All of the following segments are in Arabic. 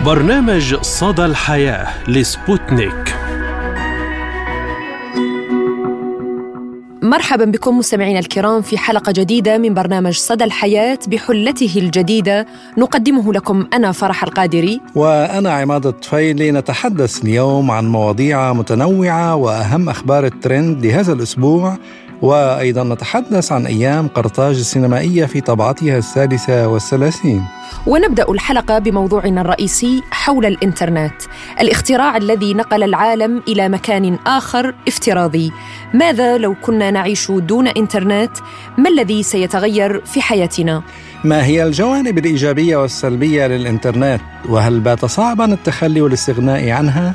برنامج صدى الحياة لسبوتنيك. مرحبا بكم مستمعينا الكرام في حلقة جديدة من برنامج صدى الحياة بحلته الجديدة، نقدمه لكم أنا فرح القادري وأنا عماد الطفيلي. نتحدث اليوم عن مواضيع متنوعة وأهم أخبار الترند لهذا الأسبوع، وأيضا نتحدث عن أيام قرطاج السينمائية في طبعتها 36. ونبدأ الحلقة بموضوعنا الرئيسي حول الإنترنت، الاختراع الذي نقل العالم إلى مكان آخر افتراضي. ماذا لو كنا نعيش دون إنترنت؟ ما الذي سيتغير في حياتنا؟ ما هي الجوانب الإيجابية والسلبية للإنترنت؟ وهل بات صعباً التخلي والاستغناء عنها؟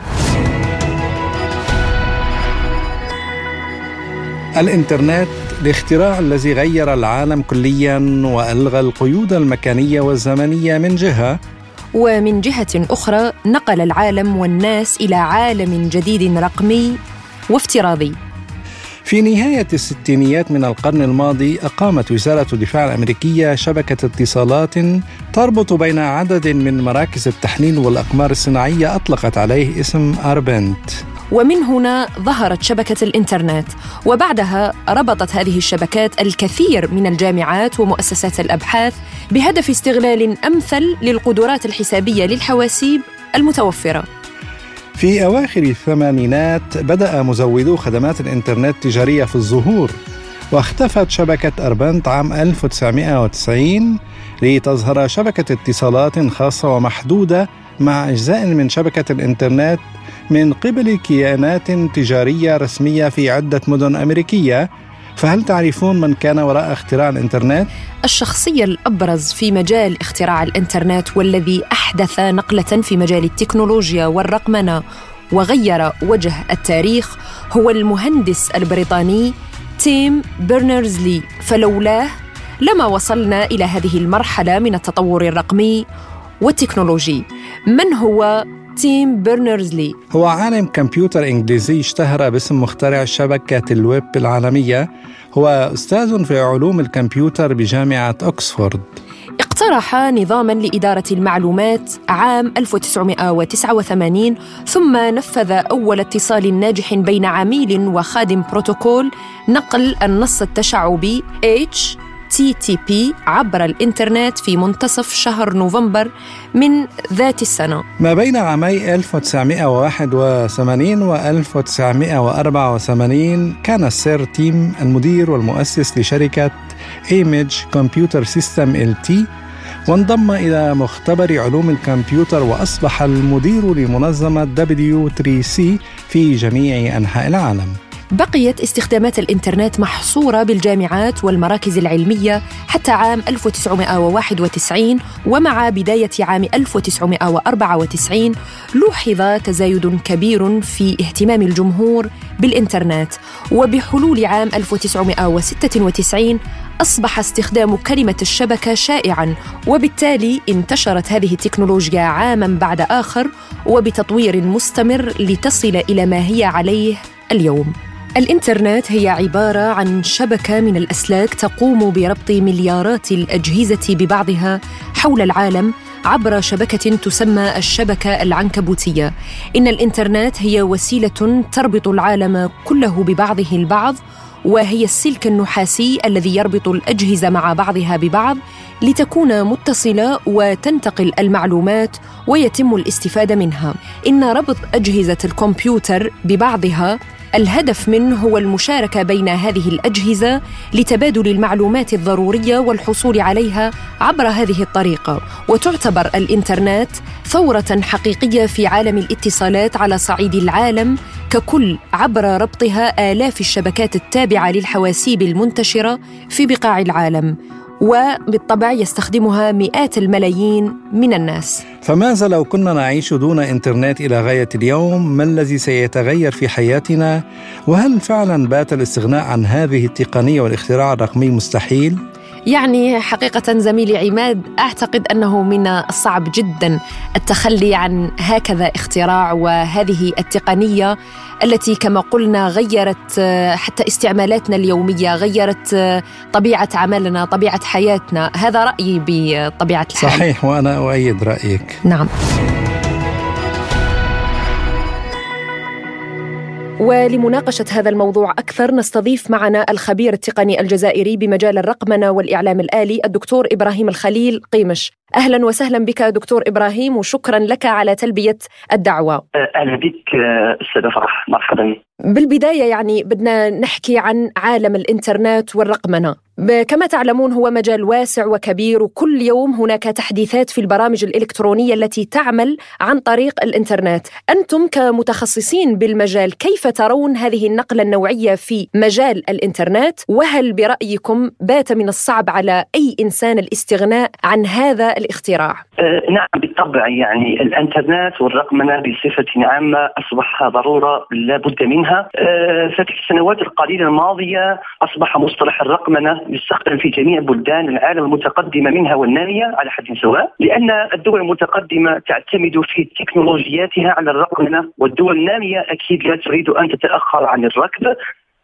الإنترنت الاختراع الذي غير العالم كلياً وألغى القيود المكانية والزمنية من جهة، ومن جهة أخرى نقل العالم والناس إلى عالم جديد رقمي وافتراضي. في نهاية الستينيات من القرن الماضي أقامت وزارة الدفاع الأمريكية شبكة اتصالات تربط بين عدد من مراكز التحليل والأقمار الصناعية أطلقت عليه اسم أربنت. ومن هنا ظهرت شبكة الإنترنت، وبعدها ربطت هذه الشبكات الكثير من الجامعات ومؤسسات الأبحاث بهدف استغلال أمثل للقدرات الحسابية للحواسيب المتوفرة. في أواخر الثمانينات بدأ مزودو خدمات الإنترنت التجارية في الظهور، واختفت شبكة أربنت عام 1990 لتظهر شبكة اتصالات خاصة ومحدودة مع أجزاء من شبكة الإنترنت من قبل كيانات تجارية رسمية في عدة مدن أمريكية. فهل تعرفون من كان وراء اختراع الإنترنت؟ الشخصية الأبرز في مجال اختراع الإنترنت والذي أحدث نقلة في مجال التكنولوجيا والرقمنة وغير وجه التاريخ هو المهندس البريطاني تيم بيرنرز-لي، فلولاه لما وصلنا إلى هذه المرحلة من التطور الرقمي والتكنولوجي. من هو تيم بيرنرز-لي؟ هو عالم كمبيوتر إنجليزي اشتهر باسم مخترع شبكة الويب العالمية. هو أستاذ في علوم الكمبيوتر بجامعة أكسفورد. اقترح نظاماً لإدارة المعلومات عام 1989، ثم نفذ أول اتصال ناجح بين عميل وخادم بروتوكول نقل النص التشعبي HTTP عبر الإنترنت في منتصف شهر نوفمبر من ذات السنة. ما بين عامي 1981 و 1984 كان السير تيم المدير والمؤسس لشركة Image Computer System LT، وانضم إلى مختبر علوم الكمبيوتر وأصبح المدير لمنظمة W3C في جميع أنحاء العالم. بقيت استخدامات الإنترنت محصورة بالجامعات والمراكز العلمية حتى عام 1991، ومع بداية عام 1994 لوحظ تزايد كبير في اهتمام الجمهور بالإنترنت، وبحلول عام 1996 أصبح استخدام كلمة الشبكة شائعاً، وبالتالي انتشرت هذه التكنولوجيا عاماً بعد آخر وبتطوير مستمر لتصل إلى ما هي عليه اليوم. الإنترنت هي عبارة عن شبكة من الأسلاك تقوم بربط مليارات الأجهزة ببعضها حول العالم عبر شبكة تسمى الشبكة العنكبوتية. إن الإنترنت هي وسيلة تربط العالم كله ببعضه البعض، وهي السلك النحاسي الذي يربط الأجهزة مع بعضها ببعض لتكون متصلة وتنتقل المعلومات ويتم الاستفادة منها. إن ربط أجهزة الكمبيوتر ببعضها الهدف منه هو المشاركة بين هذه الأجهزة لتبادل المعلومات الضرورية والحصول عليها عبر هذه الطريقة. وتعتبر الإنترنت ثورة حقيقية في عالم الاتصالات على صعيد العالم ككل عبر ربطها آلاف الشبكات التابعة للحواسيب المنتشرة في بقاع العالم، وبالطبع يستخدمها مئات الملايين من الناس. فماذا لو كنا نعيش دون إنترنت إلى غاية اليوم؟ ما الذي سيتغير في حياتنا؟ وهل فعلا بات الاستغناء عن هذه التقنية والاختراع الرقمي مستحيل؟ يعني حقيقة زميلي عماد، أعتقد أنه من الصعب جدا التخلي عن هكذا اختراع وهذه التقنية التي كما قلنا غيرت حتى استعمالاتنا اليومية، غيرت طبيعة عملنا، طبيعة حياتنا. هذا رأيي بطبيعة الحال. صحيح، وأنا أؤيد رأيك. نعم. ولمناقشة هذا الموضوع أكثر نستضيف معنا الخبير التقني الجزائري بمجال الرقمنة والإعلام الآلي الدكتور إبراهيم الخليل قيمش. أهلا وسهلا بك دكتور إبراهيم، وشكرا لك على تلبية الدعوة. أهلا بك أستاذ فرح، مرحبا. بالبداية يعني بدنا نحكي عن عالم الإنترنت والرقمنة. كما تعلمون هو مجال واسع وكبير، وكل يوم هناك تحديثات في البرامج الإلكترونية التي تعمل عن طريق الإنترنت. أنتم كمتخصصين بالمجال كيف ترون هذه النقلة النوعية في مجال الإنترنت؟ وهل برأيكم بات من الصعب على أي إنسان الاستغناء عن هذا الاختراع؟ نعم بالطبع، يعني الإنترنت والرقمنة بصفة عامة أصبح ضرورة لا بد منها. ففي السنوات القليلة الماضية أصبح مصطلح الرقمنة يستخدم في جميع بلدان العالم المتقدمة منها والنامية على حد سواء، لأن الدول المتقدمة تعتمد في تكنولوجياتها على الرقمنة، والدول النامية أكيد لا تريد أن تتأخر عن الركب.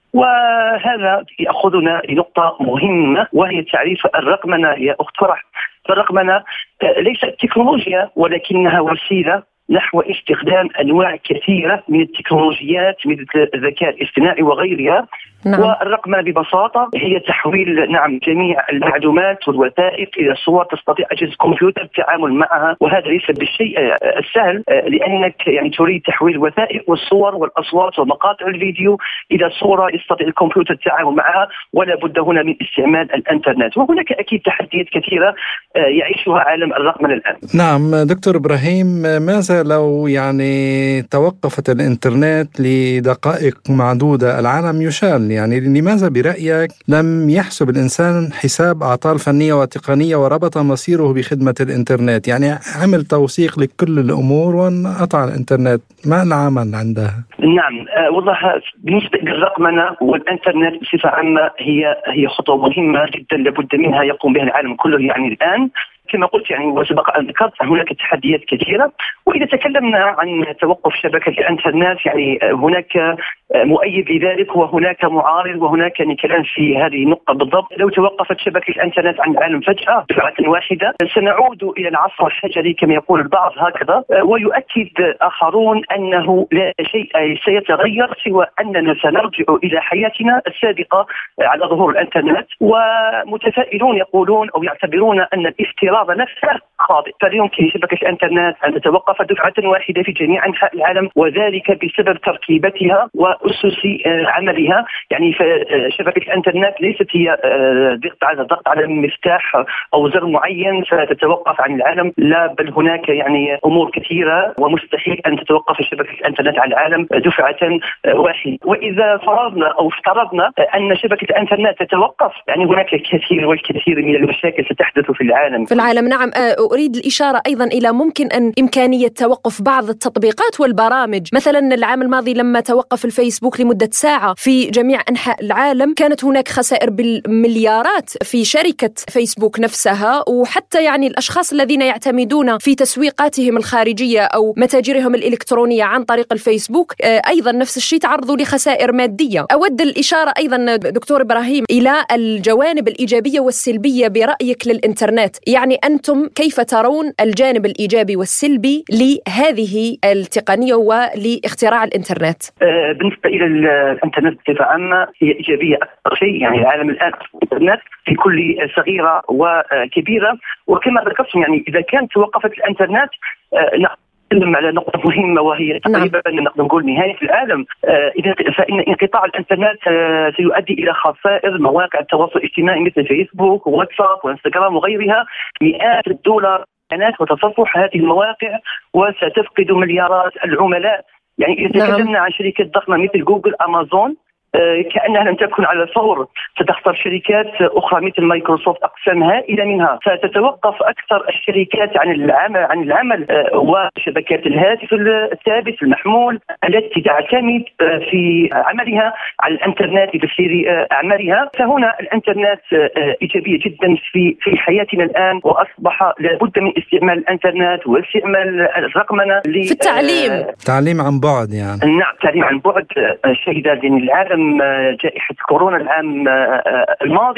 وهذا يأخذنا لنقطة مهمة، وهي تعريف الرقمنة يا أخت فرح. فالرقمنة ليست تكنولوجيا، ولكنها وسيلة نحو استخدام أنواع كثيرة من التكنولوجيات مثل الذكاء الاصطناعي وغيرها. نعم. والرقمنة ببساطة هي تحويل جميع المعلومات والوثائق إلى صور تستطيع أجهزة الكمبيوتر التعامل معها، وهذا ليس بالشيء السهل، لأنك يعني تريد تحويل الوثائق والصور والأصوات ومقاطع الفيديو إلى صورة يستطيع الكمبيوتر التعامل معها، ولا بد هنا من استعمال الإنترنت. وهناك أكيد تحديات كثيرة يعيشها عالم الرقمنة الآن. نعم دكتور إبراهيم، ماذا لو يعني توقفت الإنترنت لدقائق معدودة؟ العالم يشال. يعني لماذا برأيك لم يحسب الإنسان حساب أعطال فنية وتقنية وربط مصيره بخدمة الإنترنت؟ يعني عمل توثيق لكل الأمور وانقطع الإنترنت، ما العمل عندها؟ نعم والله بالنسبة للرقمنة والإنترنت بصفة عامة هي خطوة مهمة جدا لابد منها يقوم بها العالم كله. يعني الآن كما قلت يعني وسبق أن ذكرت هناك تحديات كثيرة. وإذا تكلمنا عن توقف شبكة الإنترنت يعني هناك مؤيد لذلك وهناك معارض، وهناك كلام في هذه النقطة بالضبط. لو توقفت شبكة الإنترنت عن العالم فجأة دفعة واحدة سنعود إلى العصر الحجري كما يقول البعض هكذا. ويؤكد آخرون أنه لا شيء سيتغير سوى أننا سنرجع إلى حياتنا السابقة على ظهور الإنترنت. ومتفائلون يقولون أو يعتبرون أن الافتراض نفسه خاطئ، فيمكن شبكة الإنترنت أن تتوقف دفعة واحدة في جميع أنحاء العالم، وذلك بسبب تركيبتها وأسس عملها. يعني شبكة الإنترنت ليست هي ضغط على مفتاح أو زر معين فتتوقف عن العالم، لا، بل هناك يعني أمور كثيرة ومستحيل أن تتوقف شبكة الإنترنت على العالم دفعة واحدة. وإذا فرضنا أو افترضنا أن شبكة الإنترنت تتوقف، يعني هناك الكثير والكثير من المشاكل ستحدث في العالم. نعم. أريد الإشارة أيضا إلى إمكانية توقف بعض التطبيقات والبرامج. مثلا العام الماضي لما توقف الفيسبوك لمدة ساعة في جميع أنحاء العالم كانت هناك خسائر بالمليارات في شركة فيسبوك نفسها، وحتى يعني الأشخاص الذين يعتمدون في تسويقاتهم الخارجية أو متاجرهم الإلكترونية عن طريق الفيسبوك أيضا نفس الشيء تعرضوا لخسائر مادية. أود الإشارة أيضا دكتور إبراهيم إلى الجوانب الإيجابية والسلبية برأيك للإنترنت. يعني أنتم كيف ترون الجانب الإيجابي والسلبي لهذه التقنية ولاختراع الإنترنت؟ بالنسبة إلى الإنترنت بصفة عامة هي إيجابية أكثر شيء. يعني العالم الآن الإنترنت في كل صغيرة وكبيرة. وكما ذكرت يعني إذا كانت توقفت الإنترنت نتكلم على نقطة مهمة، وهي تقريبا نقدر نقول نهاية العالم. فإن انقطاع الإنترنت سيؤدي إلى خسائر مواقع التواصل الاجتماعي مثل فيسبوك وواتساب وإنستغرام وغيرها، مئات الدولار وتصفح هذه المواقع، وستفقد مليارات العملاء. يعني إذا تكلمنا عن شركات ضخمة مثل جوجل أمازون كأنها لم تكن على الفور، ستخسر شركات أخرى مثل مايكروسوفت أقسام هائلة منها. ستتوقف أكثر الشركات عن العمل وشبكات الهاتف الثابت المحمول التي تعتمد في عملها على الإنترنت لتسيير أعمالها. فهنا الإنترنت إيجابية جدا في حياتنا الآن، وأصبح لابد من استعمال الإنترنت واستعمال الرقمنة في تعليم عن بعد. يعني نعم، تعليم عن بعد. شهد العالم جائحة كورونا العام الماضي،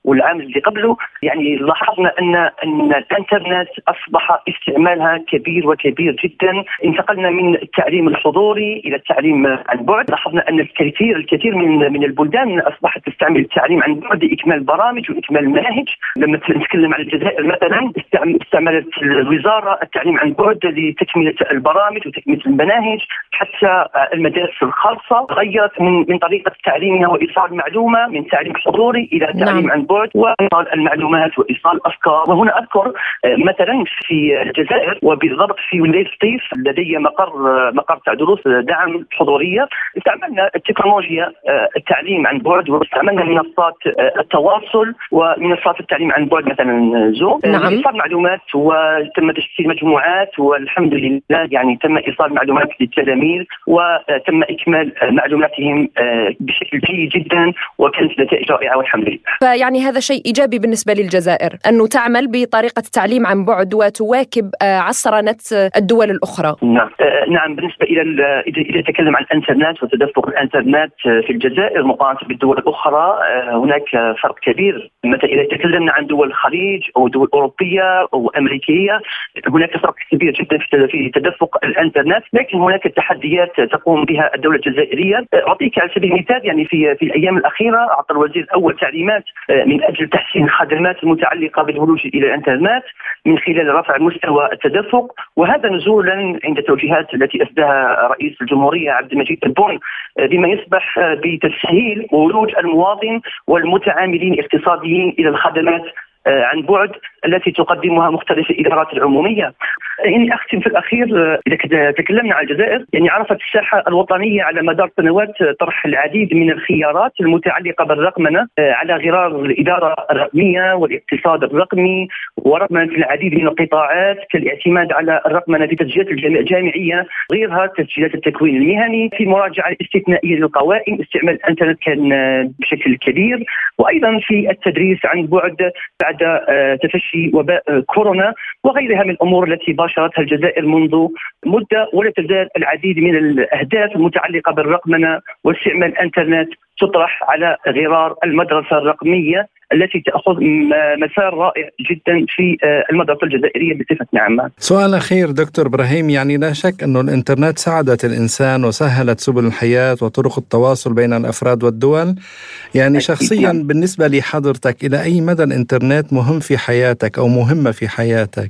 والعام اللي قبله يعني لاحظنا أن الإنترنت أصبح استعمالها كبير وكبير جدا. انتقلنا من التعليم الحضوري إلى التعليم عن بعد. لاحظنا أن الكثير من البلدان أصبحت تستعمل التعليم عن بعد لإكمال برامج وإكمال المناهج. لما نتكلم عن الجزائر مثلا استعملت الوزارة التعليم عن بعد لتكملة البرامج وتكملة المناهج. حتى المدارس الخاصة غيرت من طريقة تعليمها وإيصال المعلومة من تعليم حضوري إلى تعليم عن بعد وإيصال المعلومات وإيصال الأفكار. وهنا أذكر مثلا في الجزائر وبالضبط في ولاية سطيف لدي مقر تاع دروس دعم حضورية. استعملنا التكنولوجيا التعليم عن بعد واستعملنا منصات التواصل ومنصات التعليم عن بعد مثلا زوم لإيصال معلومات، وتم تشكيل مجموعات والحمد لله يعني تم إيصال معلومات للتلاميذ وتم إكمال معلوماتهم بشكل جيد جدا وكانت نتائج رائعة والحمد لله. فيعني هذا شيء إيجابي بالنسبة للجزائر أنه تعمل بطريقة التعليم عن بعد وتواكب عصرنة الدول الأخرى. نعم بالنسبة إذا تكلم عن الإنترنت وتدفق الإنترنت في الجزائر مقارنة بالدول الأخرى هناك فرق كبير. مثلا إذا تكلمنا عن دول الخليج أو دول أوروبية أو أمريكية هناك فرق كبير جدا في تدفق الإنترنت، لكن هناك تحديات تقوم بها الدولة الجزائرية. أعطيك على سبيل المثال يعني في الأيام الأخيرة أعطى الوزير الأول تعليمات من أجل تحسين الخدمات المتعلقة بالولوج إلى الإنترنت من خلال رفع مستوى التدفق، وهذا نزولا عند توجيهات التي أسداها رئيس الجمهورية عبد المجيد تبون بما يسمح بتسهيل ولوج المواطن والمتعاملين الاقتصاديين إلى الخدمات عن بعد التي تقدمها مختلف الإدارات العمومية. يعني أختم في الأخير إذا تكلمنا عن الجزائر يعني عرفت الساحة الوطنية على مدار سنوات طرح العديد من الخيارات المتعلقة بالرقمنة على غرار الإدارة الرقمية والاقتصاد الرقمي ورقمنة العديد من القطاعات كالاعتماد على الرقمنة في تسجيلات الجامعية غيرها تسجيلات التكوين المهني في مراجعة استثنائية للقوائم. استعمال الإنترنت كان بشكل كبير، وأيضا في التدريس عن بعد بعد تفشي وباء كورونا وغيرها من الأمور التي باشرتها الجزائر منذ مدة. ولا تزال العديد من الأهداف المتعلقة بالرقمنة واستعمال الإنترنت تطرح على غرار المدرسة الرقمية التي تأخذ مسار رائع جدا في المدرسة الجزائرية بصفة عامة. سؤال أخير دكتور إبراهيم، يعني لا شك أن الإنترنت ساعدت الإنسان وسهلت سبل الحياة وطرق التواصل بين الأفراد والدول. يعني شخصيا بالنسبة لحضرتك إلى أي مدى الإنترنت مهم في حياتك أو مهمة في حياتك؟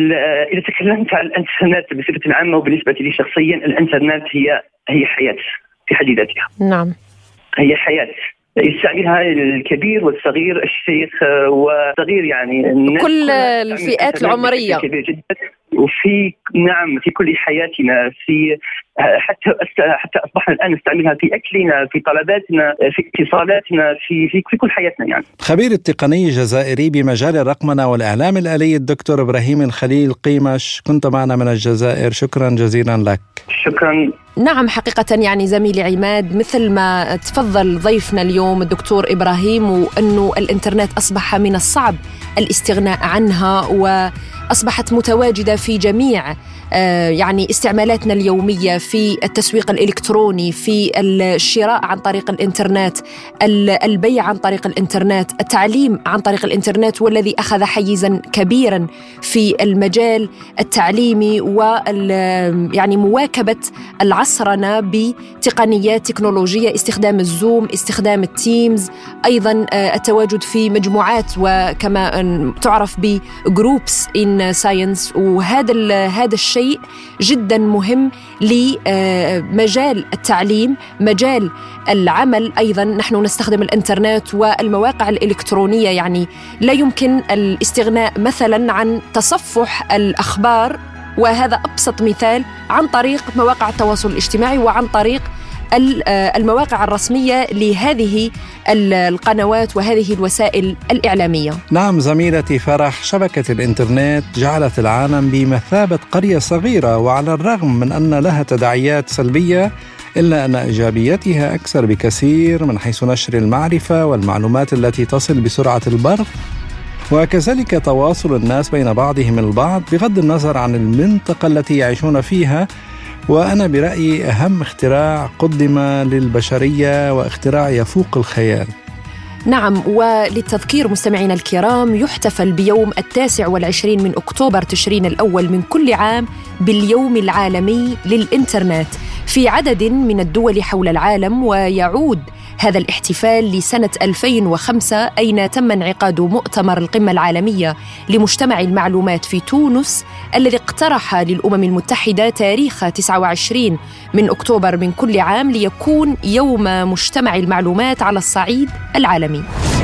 إذا تكلمت عن الإنترنت بصفة عامة وبالنسبة لي شخصيا الإنترنت هي حياة في حد ذاتها. نعم هي حياة يستعملها الكبير والصغير الشيخ والصغير يعني كل الفئات العمرية كبير جدا. وفي في كل حياتنا في حتى أصبحنا الآن نستعملها في أكلنا في طلباتنا في اتصالاتنا في كل حياتنا يعني. خبير التقني الجزائري بمجال الرقمنة والإعلام الآلي الدكتور إبراهيم الخليل قيمش، كنت معنا من الجزائر، شكرا جزيلا لك. شكرا. نعم حقيقة يعني زميلي عماد مثل ما تفضل ضيفنا اليوم الدكتور إبراهيم، وأنه الإنترنت أصبح من الصعب الاستغناء عنها وأصبحت متواجدة في جميع يعني استعمالاتنا اليومية، في التسويق الإلكتروني، في الشراء عن طريق الإنترنت، البيع عن طريق الإنترنت، التعليم عن طريق الإنترنت، والذي أخذ حيزاً كبيراً في المجال التعليمي يعني مواكبة العصرنة بتقنيات تكنولوجية، استخدام الزوم، استخدام التيمز، أيضاً التواجد في مجموعات وكما تعرف بجروبس إن ساينس. وهذا الشيء جدا مهم لمجال التعليم، مجال العمل. أيضا نحن نستخدم الإنترنت والمواقع الإلكترونية، يعني لا يمكن الاستغناء مثلا عن تصفح الأخبار، وهذا أبسط مثال عن طريق مواقع التواصل الاجتماعي وعن طريق المواقع الرسمية لهذه القنوات وهذه الوسائل الإعلامية. نعم زميلتي فرح، شبكة الإنترنت جعلت العالم بمثابة قرية صغيرة، وعلى الرغم من أن لها تداعيات سلبية إلا أن إيجابياتها أكثر بكثير من حيث نشر المعرفة والمعلومات التي تصل بسرعة البرق، وكذلك تواصل الناس بين بعضهم البعض بغض النظر عن المنطقة التي يعيشون فيها. وأنا برأيي أهم اختراع قدم للبشرية واختراع يفوق الخيال. نعم، وللتذكير مستمعينا الكرام، يحتفل بيوم 29 من أكتوبر تشرين الأول من كل عام باليوم العالمي للإنترنت في عدد من الدول حول العالم، ويعود هذا الاحتفال لسنة 2005 أين تم انعقاد مؤتمر القمة العالمية لمجتمع المعلومات في تونس، الذي اقترح للأمم المتحدة تاريخ 29 من أكتوبر من كل عام ليكون يوم مجتمع المعلومات على الصعيد العالمي.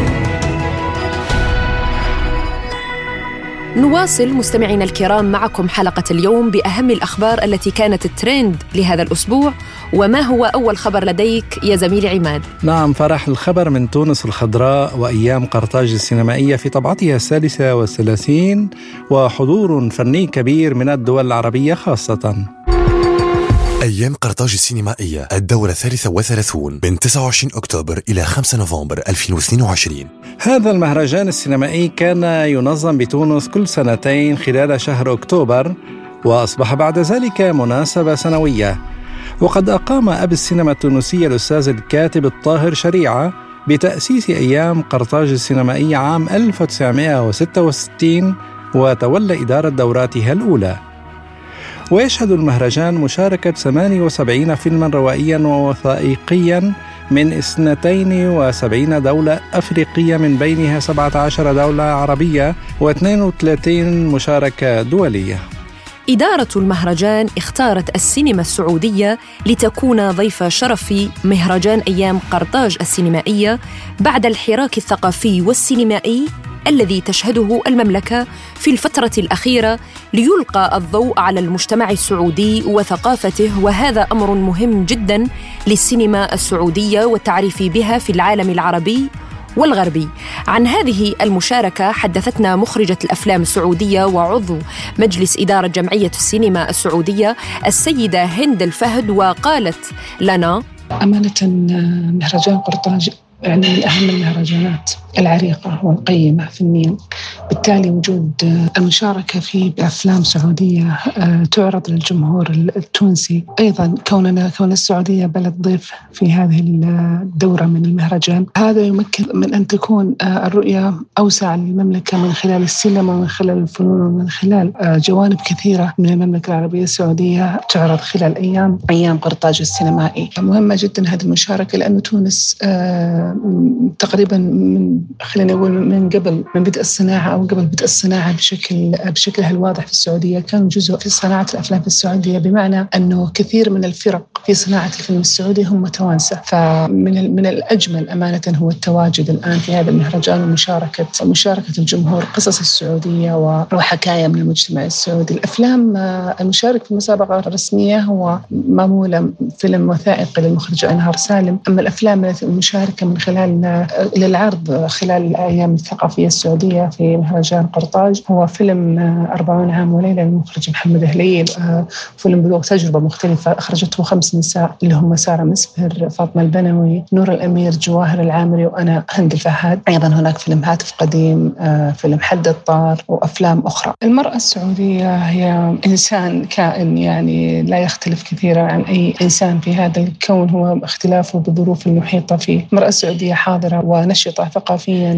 نواصل مستمعينا الكرام معكم حلقة اليوم بأهم الأخبار التي كانت الترند لهذا الأسبوع. وما هو أول خبر لديك يا زميلي عماد؟ نعم فرح، الخبر من تونس الخضراء وأيام قرطاج السينمائية في طبعتها 36 وحضور فني كبير من الدول العربية خاصة. أيام قرطاج السينمائية الدورة 33 من 29 أكتوبر إلى 5 نوفمبر 2022. هذا المهرجان السينمائي كان ينظم بتونس كل سنتين خلال شهر أكتوبر، وأصبح بعد ذلك مناسبة سنوية. وقد أقام أب السينما التونسية الأستاذ الكاتب الطاهر شريعة بتأسيس أيام قرطاج السينمائية عام 1966 وتولى إدارة دوراتها الأولى. ويشهد المهرجان مشاركة 78 فيلما روائيا ووثائقيا من 72 دولة أفريقية، من بينها 17 دولة عربية و32 مشاركة دولية. إدارة المهرجان اختارت السينما السعودية لتكون ضيف شرف مهرجان أيام قرطاج السينمائية بعد الحراك الثقافي والسينمائي الذي تشهده المملكة في الفترة الأخيرة، ليلقى الضوء على المجتمع السعودي وثقافته، وهذا أمر مهم جداً للسينما السعودية والتعريف بها في العالم العربي والغربي. عن هذه المشاركة حدثتنا مخرجة الأفلام السعودية وعضو مجلس إدارة جمعية السينما السعودية السيدة هند الفهد، وقالت لنا: أمانة مهرجان قرطاج يعني من أهم المهرجانات العريقة والقيمة فنياً، بالتالي وجود المشاركة في أفلام سعودية تعرض للجمهور التونسي، أيضاً كون السعودية بلد ضيف في هذه الدورة من المهرجان، هذا يمكن من أن تكون الرؤية أوسع للمملكة من خلال السينما ومن خلال الفنون ومن خلال جوانب كثيرة من المملكة العربية السعودية تعرض خلال أيام قرطاج السينمائي. مهمة جداً هذه المشاركة، لأن تونس تقريباً خلينا نقول من بدء الصناعة أو قبل بدء الصناعة بشكلها الواضح في السعودية، كان جزء في صناعة الأفلام في السعودية، بمعنى أنه كثير من الفرق في صناعة الفيلم السعودي هم توانسة. فمن الأجمل أمانة هو التواجد الآن في هذا المهرجان ومشاركة الجمهور قصص السعودية وحكاية من المجتمع السعودي. الأفلام المشارك في المسابقة الرسمية هو معمولة فيلم وثائقي للمخرج أنهار سالم، أما الأفلام المشاركة من خلال للعرض خلال الأيام الثقافية السعودية في مهرجان قرطاج هو فيلم 40 عام وليلة للمخرج محمد هليل، فيلم بلوغ تجربة مختلفة أخرجته 5 نساء اللي هم سارة مسفر، فاطمة البنوي، نور الأمير، جواهر العامري، وأنا هند الفهد. أيضا هناك فيلم هاتف قديم، فيلم حد الطار، وأفلام أخرى. المرأة السعودية هي إنسان كائن يعني لا يختلف كثيرا عن أي إنسان في هذا الكون، هو اختلافه بالظروف المحيطة فيه. المرأة السعودية حاضرة ونشطة ثقافيا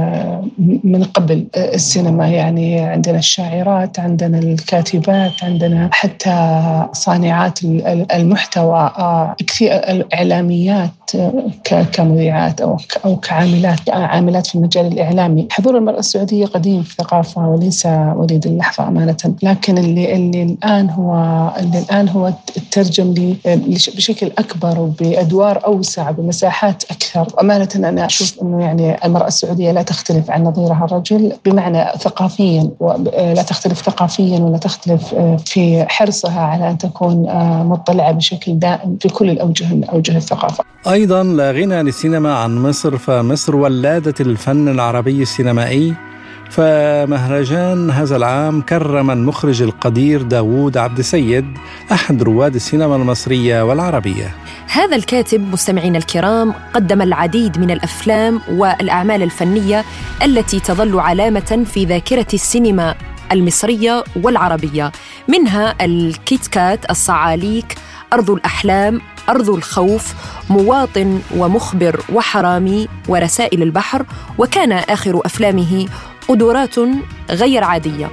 من قبل السينما، يعني عندنا الشاعرات، عندنا الكاتبات، عندنا حتى صانعات المحتوى، كثير الإعلاميات كمذيعات أو كعاملات في المجال الإعلامي. حضور المرأة السعودية قديم في الثقافة وليس وليد اللحظة أمانة، لكن اللي الآن هو الترجم بشكل أكبر وبأدوار أوسع بمساحات أكثر. أمانة أنا أشوف أنه يعني المرأة السعودية لا تختلف عن نظيرها الرجل، بمعنى ثقافيا، لا تختلف ثقافيا ولا تختلف في حرصها على أن تكون مطلعة بشكل دائم في كل الأوجه الثقافة. أيضا لا غنى للسينما عن مصر، فمصر ولادت الفن العربي السينمائي. فمهرجان هذا العام كرم المخرج القدير داوود عبد السيد، أحد رواد السينما المصرية والعربية. هذا الكاتب مستمعينا الكرام قدم العديد من الأفلام والأعمال الفنية التي تظل علامة في ذاكرة السينما المصرية والعربية، منها الكيت كات، الصعاليك، أرض الأحلام، أرض الخوف، مواطن ومخبر وحرامي، ورسائل البحر، وكان آخر أفلامه قدرات غير عادية.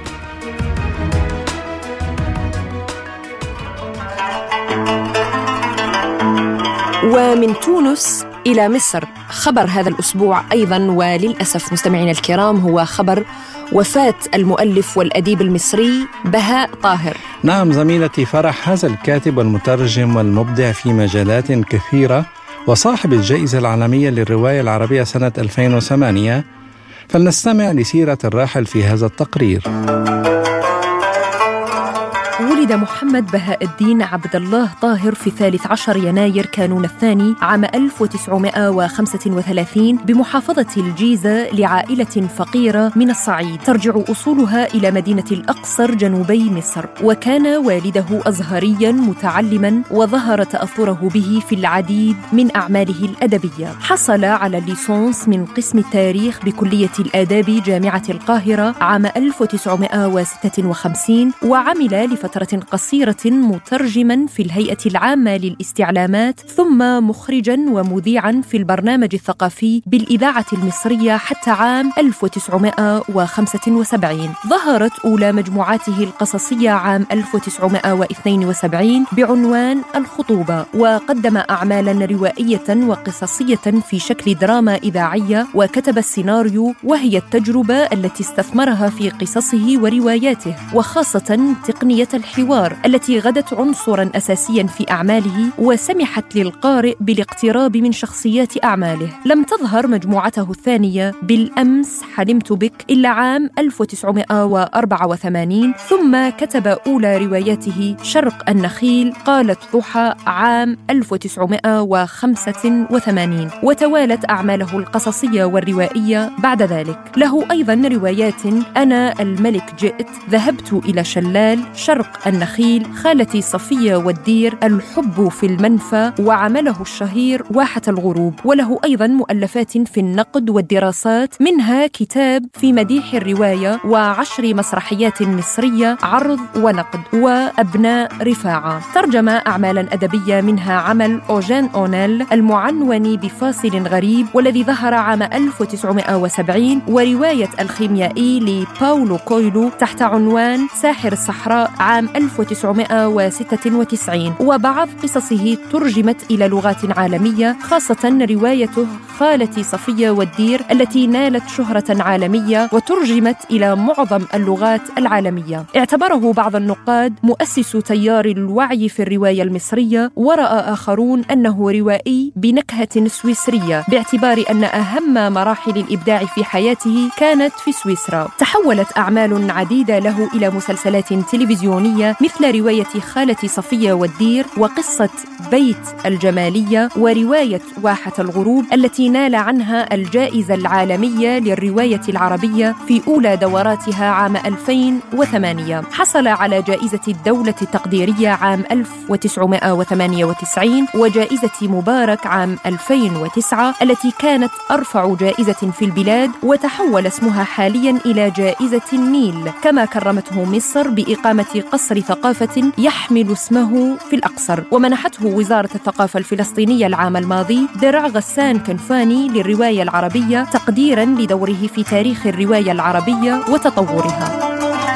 ومن تونس إلى مصر، خبر هذا الأسبوع أيضاً وللأسف مستمعينا الكرام هو خبر وفاة المؤلف والأديب المصري بهاء طاهر. نعم زميلتي فرح، هذا الكاتب والمترجم والمبدع في مجالات كثيرة وصاحب الجائزة العالمية للرواية العربية سنة 2008. فلنستمع لسيرة الراحل في هذا التقرير. ولد محمد بهاء الدين عبد الله طاهر في 13 يناير كانون الثاني عام 1935 بمحافظة الجيزة لعائلة فقيرة من الصعيد ترجع أصولها إلى مدينة الأقصر جنوبي مصر. وكان والده أزهرياً متعلماً وظهر تأثره به في العديد من أعماله الأدبية. حصل على الليسانس من قسم التاريخ بكلية الآداب جامعة القاهرة عام 1956 وعمل لفترة قصيرة مترجماً في الهيئة العامة للاستعلامات ثم مخرجاً ومذيعاً في البرنامج الثقافي بالإذاعة المصرية حتى عام 1975. ظهرت أولى مجموعاته القصصية عام 1972 بعنوان الخطوبة، وقدم أعمالاً روائية وقصصية في شكل دراما إذاعية، وكتب السيناريو وهي التجربة التي استثمرها في قصصه ورواياته، وخاصة تقنية الحوار التي غدت عنصراً أساسياً في أعماله وسمحت للقارئ بالاقتراب من شخصيات أعماله. لم تظهر مجموعته الثانية بالأمس حلمت بك إلا عام 1984، ثم كتب أولى رواياته شرق النخيل قالت ضحى عام 1985، وتوالت أعماله القصصية والروائية بعد ذلك. له أيضاً روايات أنا الملك جئت، ذهبت إلى شلال، شرق النخيل، خالتي صفية والدير، الحب في المنفى، وعمله الشهير واحة الغروب. وله أيضا مؤلفات في النقد والدراسات، منها كتاب في مديح الرواية، و10 مسرحيات مصرية عرض ونقد، وأبناء رفاعة. ترجم أعمالا أدبية منها عمل أوجين أونيل المعنون بفاصل غريب والذي ظهر عام 1970، ورواية الخيميائي لباولو كويلو تحت عنوان ساحر الصحراء عام 1996. وبعض قصصه ترجمت إلى لغات عالمية، خاصة روايته خالتي صفية والدير التي نالت شهرة عالمية وترجمت إلى معظم اللغات العالمية. اعتبره بعض النقاد مؤسس تيار الوعي في الرواية المصرية، ورأى آخرون أنه روائي بنكهة سويسرية، باعتبار أن أهم مراحل الإبداع في حياته كانت في سويسرا. تحولت أعمال عديدة له إلى مسلسلات تلفزيونية مثل رواية خالتي صفية والدير، وقصة بيت الجمالية، ورواية واحة الغروب التي نال عنها الجائزة العالمية للرواية العربية في أولى دوراتها عام 2008. حصل على جائزة الدولة التقديرية عام 1998 وجائزة مبارك عام 2009 التي كانت أرفع جائزة في البلاد، وتحول اسمها حاليا إلى جائزة النيل. كما كرمته مصر بإقامة قصر ثقافة يحمل اسمه في الأقصر، ومنحته وزارة الثقافة الفلسطينية العام الماضي درع غسان كنفاني للرواية العربية تقديراً لدوره في تاريخ الرواية العربية وتطورها.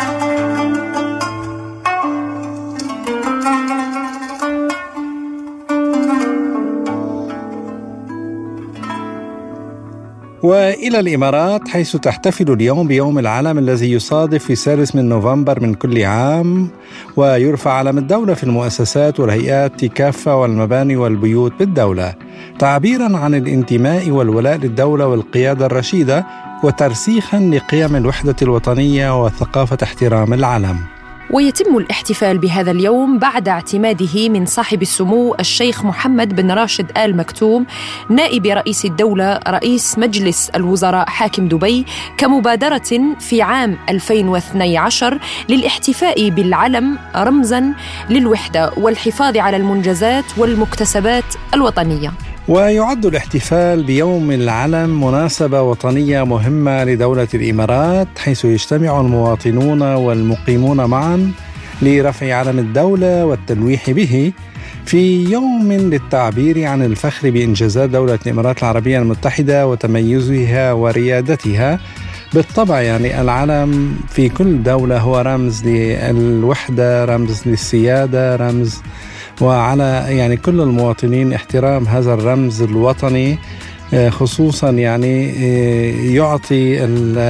وإلى الإمارات، حيث تحتفل اليوم بيوم العلم الذي يصادف في 3 من نوفمبر من كل عام، ويرفع علم الدولة في المؤسسات والهيئات كافة والمباني والبيوت بالدولة، تعبيراً عن الانتماء والولاء للدولة والقيادة الرشيدة، وترسيخاً لقيم الوحدة الوطنية وثقافة احترام العلم. ويتم الاحتفال بهذا اليوم بعد اعتماده من صاحب السمو الشيخ محمد بن راشد آل مكتوم نائب رئيس الدولة رئيس مجلس الوزراء حاكم دبي كمبادرة في عام 2012 للاحتفاء بالعلم رمزاً للوحدة والحفاظ على المنجزات والمكتسبات الوطنية. ويعد الاحتفال بيوم العلم مناسبة وطنية مهمة لدولة الإمارات، حيث يجتمع المواطنون والمقيمون معا لرفع علم الدولة والتلويح به، في يوم للتعبير عن الفخر بإنجازات دولة الإمارات العربية المتحدة وتميزها وريادتها. بالطبع يعني العلم في كل دولة هو رمز للوحدة، رمز للسيادة، رمز، وعلى يعني كل المواطنين احترام هذا الرمز الوطني، خصوصا يعني يعطي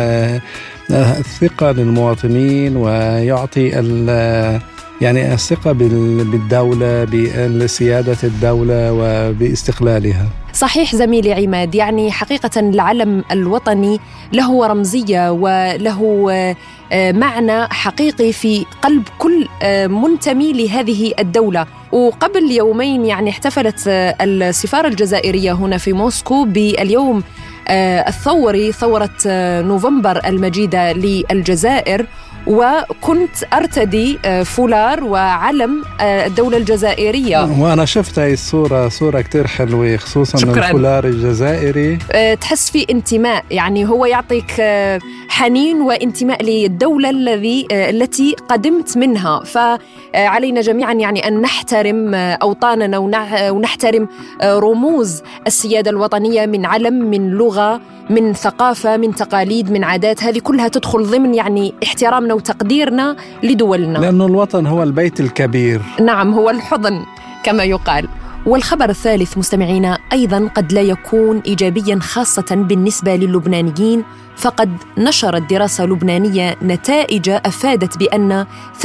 الثقة للمواطنين ويعطي يعني الثقة بالدولة، بسيادة الدولة وباستقلالها. صحيح زميلي عماد، يعني حقيقة العلم الوطني له رمزية وله معنى حقيقي في قلب كل منتمي لهذه الدولة. وقبل يومين يعني احتفلت السفارة الجزائرية هنا في موسكو باليوم الثوري، ثورة نوفمبر المجيدة للجزائر، وكنت أرتدي فولار وعلم الدولة الجزائرية. وأنا شفت هاي الصورة، صورة كتير حلوة، خصوصا شكراً. الفولار الجزائري تحس في انتماء، يعني هو يعطيك حنين وانتماء للدولة التي قدمت منها. فعلينا جميعا يعني أن نحترم أوطاننا ونحترم رموز السيادة الوطنية من علم، من لغة، من ثقافة، من تقاليد، من عادات. هذه كلها تدخل ضمن يعني احترامنا وتقديرنا لدولنا، لأنه الوطن هو البيت الكبير. نعم، هو الحضن كما يقال. والخبر الثالث مستمعينا أيضاً قد لا يكون إيجابياً، خاصة بالنسبة للبنانيين، فقد نشرت دراسة لبنانية نتائج أفادت بأن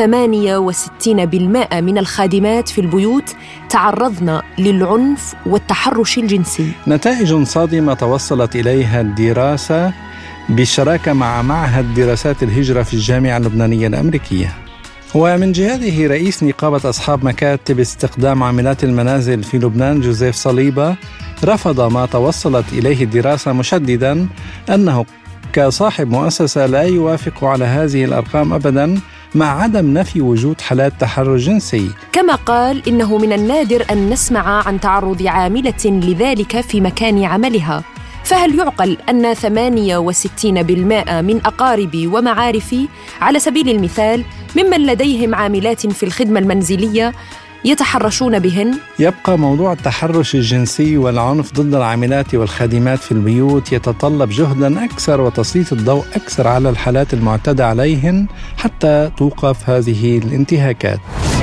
68% من الخادمات في البيوت تعرضن للعنف والتحرش الجنسي. نتائج صادمة توصلت إليها الدراسة بالشراكة مع معهد دراسات الهجرة في الجامعة اللبنانية الأمريكية. ومن جهته رئيس نقابة أصحاب مكاتب استخدام عاملات المنازل في لبنان جوزيف صليبة رفض ما توصلت إليه الدراسة، مشدداً أنه كصاحب مؤسسة لا يوافق على هذه الأرقام أبداً، مع عدم نفي وجود حالات تحرش جنسي. كما قال إنه من النادر أن نسمع عن تعرض عاملة لذلك في مكان عملها، فهل يعقل أن 68% من أقاربي ومعارفي على سبيل المثال ممن لديهم عاملات في الخدمة المنزلية يتحرشون بهن؟ يبقى موضوع التحرش الجنسي والعنف ضد العاملات والخادمات في البيوت يتطلب جهداً أكثر وتسليط الضوء أكثر على الحالات المعتدى عليهن حتى توقف هذه الانتهاكات.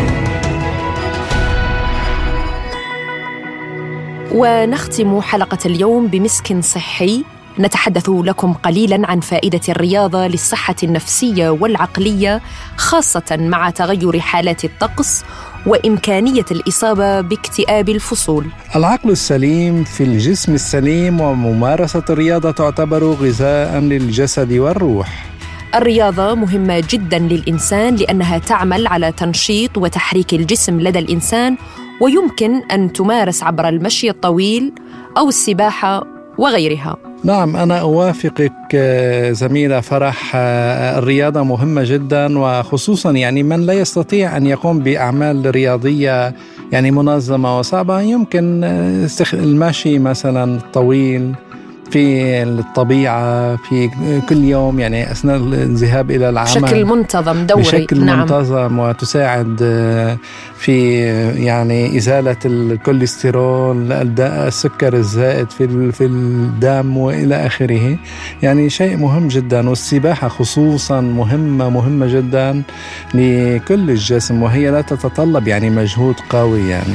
ونختم حلقة اليوم بمسك صحي، نتحدث لكم قليلاً عن فائدة الرياضة للصحة النفسية والعقلية، خاصة مع تغير حالات الطقس وإمكانية الإصابة باكتئاب الفصول. العقل السليم في الجسم السليم، وممارسة الرياضة تعتبر غذاء للجسد والروح. الرياضة مهمة جداً للإنسان لأنها تعمل على تنشيط وتحريك الجسم لدى الإنسان، ويمكن أن تمارس عبر المشي الطويل أو السباحة وغيرها. نعم، أنا أوافقك زميلة فرح، الرياضة مهمة جدا، وخصوصا يعني من لا يستطيع أن يقوم بأعمال رياضية يعني منظمة وصعبة، يمكن المشي مثلا طويل في الطبيعة في كل يوم، يعني أثناء الذهاب إلى العمل بشكل منتظم دوري. بشكل منتظم، وتساعد في يعني إزالة الكوليسترول، السكر الزائد في الدم وإلى آخره، يعني شيء مهم جدا. والسباحة خصوصا مهمة جدا لكل الجسم، وهي لا تتطلب يعني مجهود قوي. يعني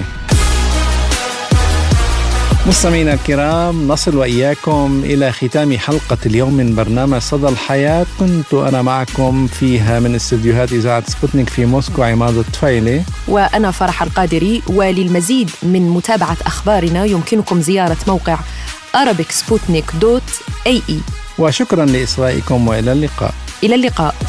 مستمعينا الكرام، نصل وإياكم إلى ختام حلقة اليوم من برنامج صدى الحياة. كنت أنا معكم فيها من استديوهات إذاعة سبوتنيك في موسكو عماد الطفيلي، وأنا فرح القادري. وللمزيد من متابعة أخبارنا يمكنكم زيارة موقع arabicsputnik.ae. وشكرا لإصغائكم، وإلى اللقاء. إلى اللقاء.